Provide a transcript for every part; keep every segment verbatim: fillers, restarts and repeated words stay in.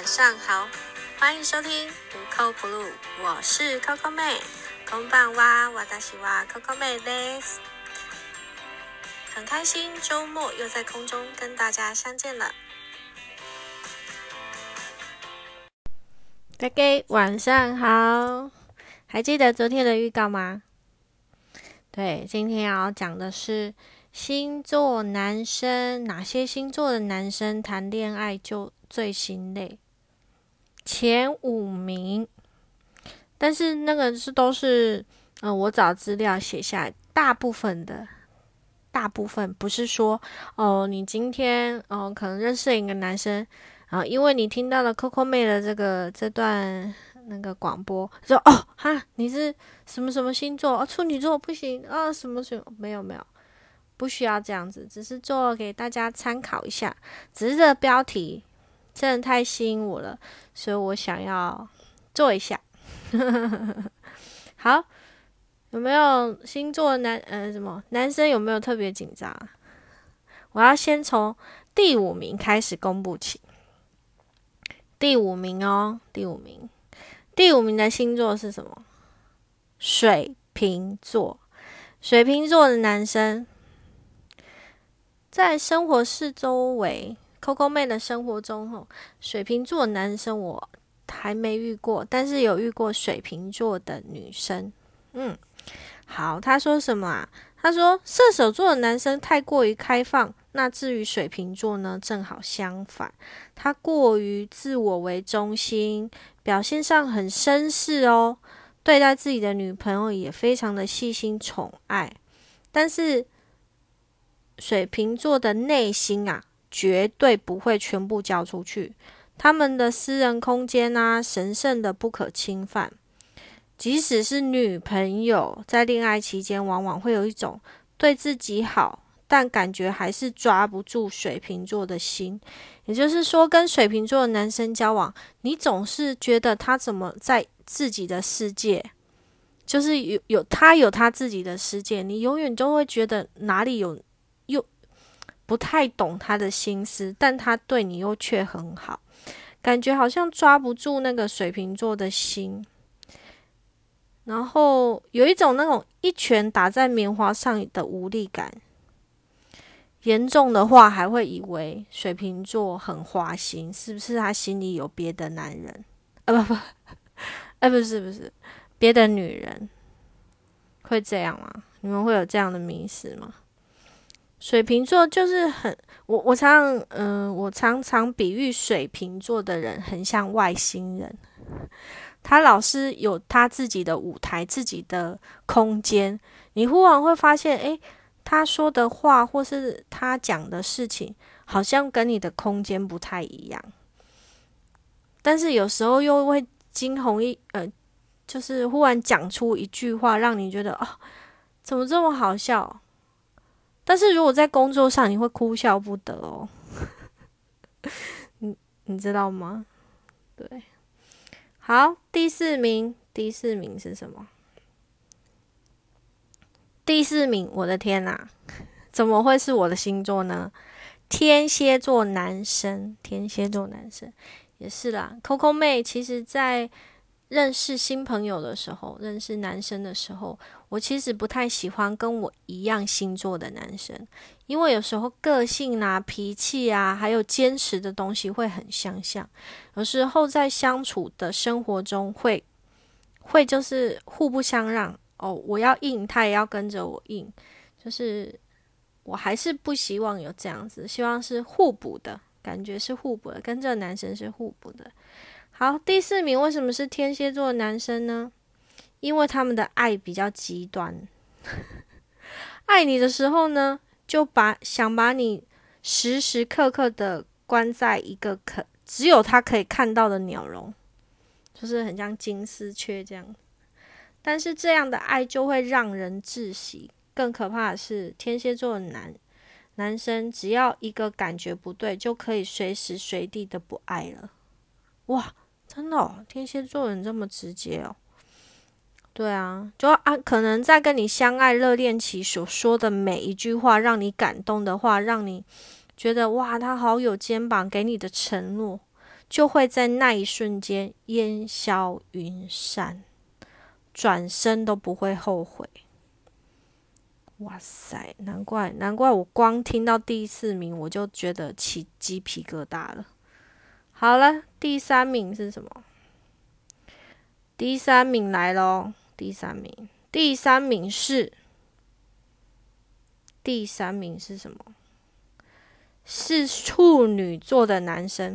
晚上好，欢迎收听无扣 blue， 我是 Coco 妹，こんばんは，私は Coco 妹です。很开心周末又在空中跟大家相见了。大家晚上好，还记得昨天的预告吗？对，今天要讲的是星座男生，哪些星座的男生谈恋爱就最心累？前五名，但是那个是都是呃我找资料写下来，大部分的，大部分不是说哦、呃，你今天哦、呃、可能认识一个男生啊、呃，因为你听到了 Coco 妹的这个这段那个广播，说哦哈你是什么什么星座哦，处女座不行啊，什么什么没有没有。不需要这样子，只是做给大家参考一下。只是这个标题真的太吸引我了，所以我想要做一下。好，有没有星座男呃什么男生有没有特别紧张？我要先从第五名开始公布起。第五名哦，第五名，第五名的星座是什么？水瓶座。水瓶座的男生。在生活四周围 Coco 妹的生活中吼，水瓶座的男生我还没遇过，但是有遇过水瓶座的女生。嗯，好，他说什么啊？他说射手座的男生太过于开放，那至于水瓶座呢，正好相反，他过于自我为中心，表现上很绅士哦，对待自己的女朋友也非常的细心宠爱，但是水瓶座的内心啊，绝对不会全部交出去。他们的私人空间啊，神圣的不可侵犯。即使是女朋友，在恋爱期间，往往会有一种对自己好，但感觉还是抓不住水瓶座的心。也就是说，跟水瓶座的男生交往，你总是觉得他怎么在自己的世界，就是有有他有他自己的世界，你永远都会觉得哪里有。又不太懂他的心思，但他对你又却很好，感觉好像抓不住那个水瓶座的心，然后有一种那种一拳打在棉花上的无力感。严重的话还会以为水瓶座很花心，是不是他心里有别的男人？啊不不，哎不是不是，别的女人。会这样吗？你们会有这样的迷思吗？水瓶座就是很，我我常常，嗯、呃，我常常比喻水瓶座的人很像外星人，他老是有他自己的舞台、自己的空间。你忽然会发现，诶，他说的话或是他讲的事情，好像跟你的空间不太一样。但是有时候又会惊鸿一，呃，就是忽然讲出一句话，让你觉得哦，怎么这么好笑？但是如果在工作上，你会哭笑不得哦。你你知道吗？对，好，第四名，第四名是什么？第四名，我的天哪，怎么会是我的星座呢？天蝎座男生，天蝎座男生也是啦。Coco 妹其实在认识新朋友的时候，认识男生的时候，我其实不太喜欢跟我一样星座的男生，因为有时候个性啊、脾气啊，还有坚持的东西会很相像，有时候在相处的生活中会会就是互不相让哦，我要硬，他也要跟着我硬，就是我还是不希望有这样子，希望是互补的感觉，是互补的，跟这个男生是互补的。好，第四名为什么是天蝎座的男生呢？因为他们的爱比较极端，爱你的时候呢，就把想把你时时刻刻的关在一个可只有他可以看到的鸟笼，就是很像金丝雀这样。但是这样的爱就会让人窒息。更可怕的是，天蝎座的男男生只要一个感觉不对，就可以随时随地的不爱了。哇！真的哦，天蝎座人这么直接哦。对啊，就啊，可能在跟你相爱热恋期所说的每一句话，让你感动的话，让你觉得哇，他好有肩膀，给你的承诺， 就会在那一瞬间烟消云散，转身都不会后悔。哇塞，难怪难怪我光听到第四名我就觉得起鸡皮疙瘩了。好了，第三名是什么？第三名来咯，第三名，第三名是，第三名是什么？是处女座的男生。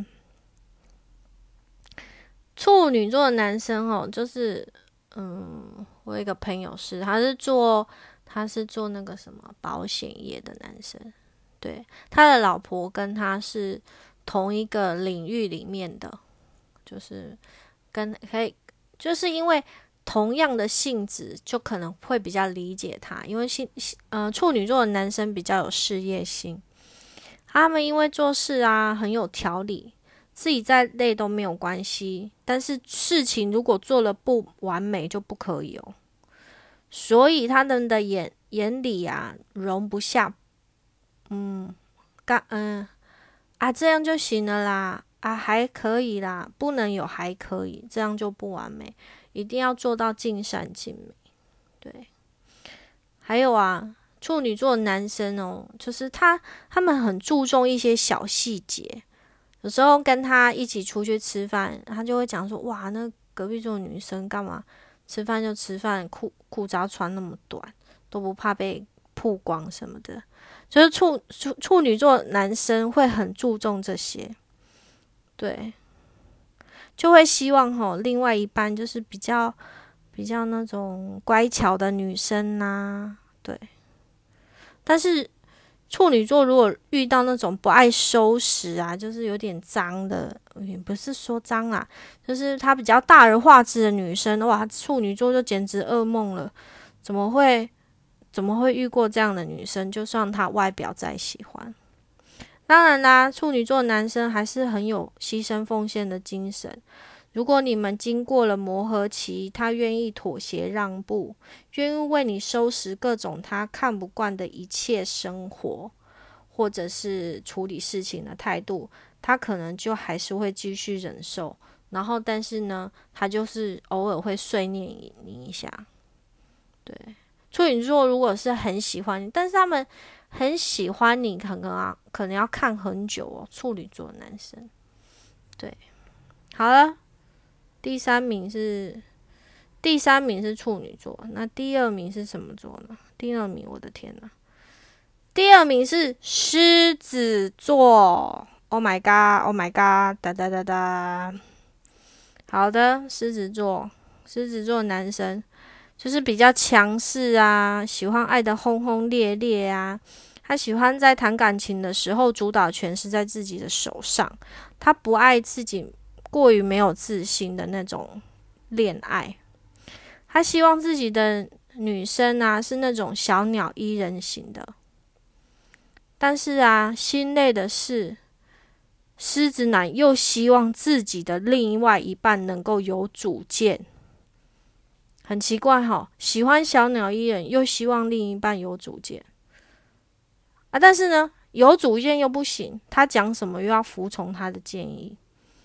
处女座的男生哦，就是，嗯，我有一个朋友是，他是做他是做那个什么保险业的男生，对，他的老婆跟他是同一个领域里面的，就是跟可以，就是因为同样的性质，就可能会比较理解他，因为性呃处女座的男生比较有事业心，他们因为做事啊很有条理。自己再累都没有关系，但是事情如果做了不完美就不可以哦。所以他们的眼眼里啊，容不下，嗯，干嗯啊这样就行了啦，啊还可以啦，不能有还可以，这样就不完美，一定要做到尽善尽美。对，还有啊，处女座的男生哦，就是他他们很注重一些小细节。有时候跟他一起出去吃饭，他就会讲说：“哇，那隔壁桌女生干嘛吃饭就吃饭，裤裤子要穿那么短，都不怕被曝光什么的。”就是处处处女座男生会很注重这些，对，就会希望吼另外一半就是比较比较那种乖巧的女生呐、啊，对，但是。处女座如果遇到那种不爱收拾啊，就是有点脏的，也不是说脏啦，就是她比较大而化之的女生，哇，处女座就简直噩梦了。怎么会怎么会遇过这样的女生？就算她外表再喜欢，当然啦，处女座男生还是很有牺牲奉献的精神。如果你们经过了磨合期，他愿意妥协让步，愿意为你收拾各种他看不惯的一切生活，或者是处理事情的态度，他可能就还是会继续忍受。然后，但是呢，他就是偶尔会碎念你一下。对，处女座如果是很喜欢你，但是他们很喜欢你，可能啊，可能要看很久哦。处女座的男生，对，好了。第三名是第三名是处女座，那第二名是什么座呢？第二名，我的天哪！第二名是狮子座。Oh my god! Oh my god! 哒哒哒哒。好的，狮子座，狮子座男生就是比较强势啊，喜欢爱的轰轰烈烈啊。他喜欢在谈感情的时候，主导权是在自己的手上。他不爱自己过于没有自信的那种恋爱，他希望自己的女生啊是那种小鸟依人型的。但是啊，心累的是，狮子男又希望自己的另外一半能够有主见。很奇怪哈、哦，喜欢小鸟依人，又希望另一半有主见啊。但是呢，有主见又不行，他讲什么又要服从他的建议。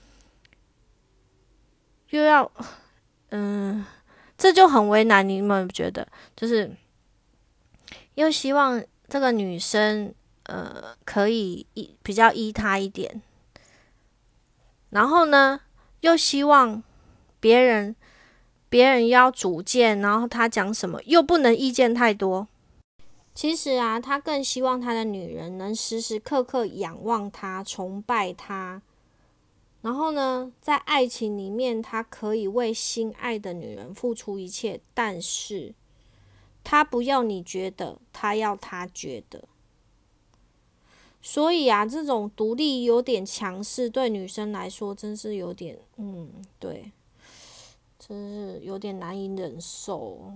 又要，嗯，这就很为难。你有没有觉得，就是又希望这个女生，呃，可以依比较依他一点，然后呢，又希望别人别人要主见，然后他讲什么又不能意见太多。其实啊，他更希望他的女人能时时刻刻仰望他、崇拜他。然后呢，在爱情里面，他可以为心爱的女人付出一切，但是他不要你觉得，他要他觉得。所以啊，这种独立有点强势，对女生来说真是有点，嗯，对，真是有点难以忍受。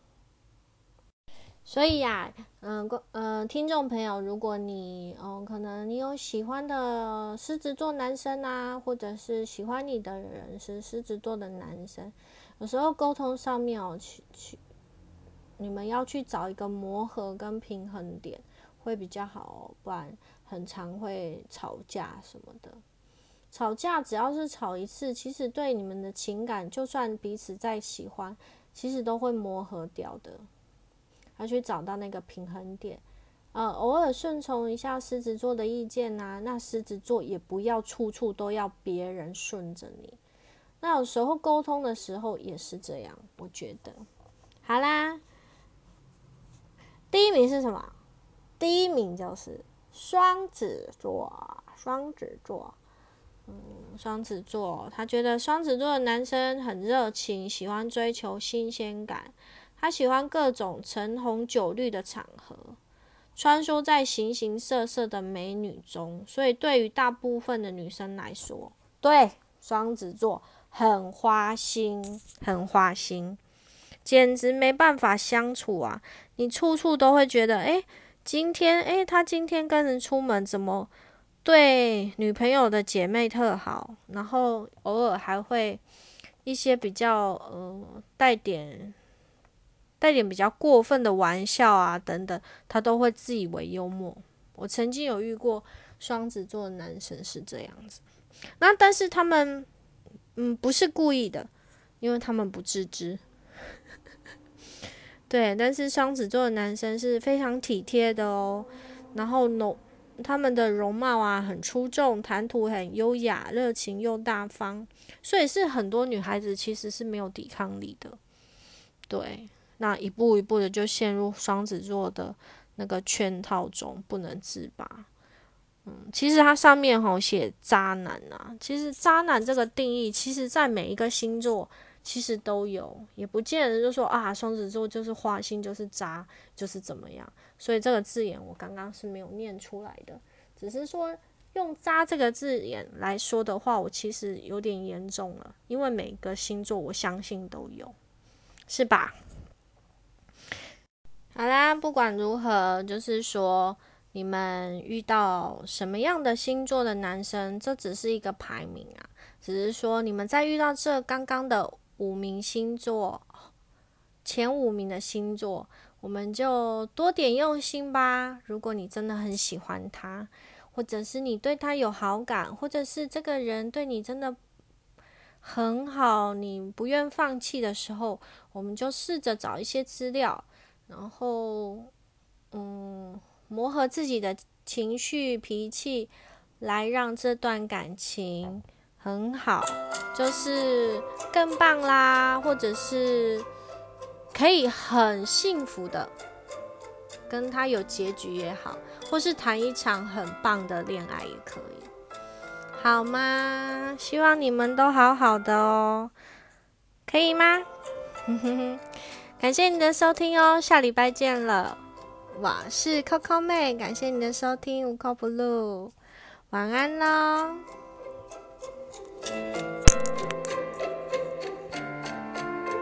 所以呀、啊，嗯、呃，听众朋友，如果你，嗯、可能你有喜欢的狮子座男生啊，或者是喜欢你的人是狮子座的男生，有时候沟通上面哦，去去，你们要去找一个磨合跟平衡点会比较好哦，不然很常会吵架什么的。 吵架只要是吵一次，其实对你们的情感，就算彼此再喜欢，其实都会磨合掉的，要去找到那个平衡点。呃，偶尔顺从一下狮子座的意见啊，那狮子座也不要处处都要别人顺着你。那有时候沟通的时候也是这样，我觉得。好啦，第一名是什么？第一名就是双子座，双子座。嗯，双子座，他觉得双子座的男生很热情，喜欢追求新鲜感，他喜欢各种橙红酒绿的场合，穿梭在形形色色的美女中，所以对于大部分的女生来说，对双子座很花心，很花心，简直没办法相处啊！你处处都会觉得，诶，今天，诶，他今天跟人出门怎么对女朋友的姐妹特好，然后偶尔还会一些比较呃带点带点比较过分的玩笑啊等等，他都会自以为幽默。我曾经有遇过双子座的男生是这样子，那但是他们嗯不是故意的，因为他们不自知。对，但是双子座的男生是非常体贴的哦，然后浓他们的容貌啊很出众，谈吐很优雅，热情又大方，所以是很多女孩子其实是没有抵抗力的。对，那一步一步的就陷入双子座的那个圈套中，不能自拔。嗯，其实它上面吼写渣男啊，其实渣男这个定义，其实在每一个星座其实都有，也不见得就说啊双子座就是花心就是渣就是怎么样。所以这个字眼我刚刚是没有念出来的，只是说用渣这个字眼来说的话，我其实有点严重了，因为每个星座我相信都有，是吧？好啦，不管如何，就是说你们遇到什么样的星座的男生，这只是一个排名啊，只是说你们在遇到这刚刚的五名星座，前五名的星座，我们就多点用心吧。如果你真的很喜欢他，或者是你对他有好感，或者是这个人对你真的很好，你不愿放弃的时候，我们就试着找一些资料，然后嗯，磨合自己的情绪脾气，来让这段感情很好，就是更棒啦，或者是可以很幸福的跟他有结局也好，或是谈一场很棒的恋爱也可以，好吗？希望你们都好好的哦，可以吗？感谢你的收听哦，下礼拜见了。我是 Coco 妹，感谢你的收听，无扣不录，晚安喽。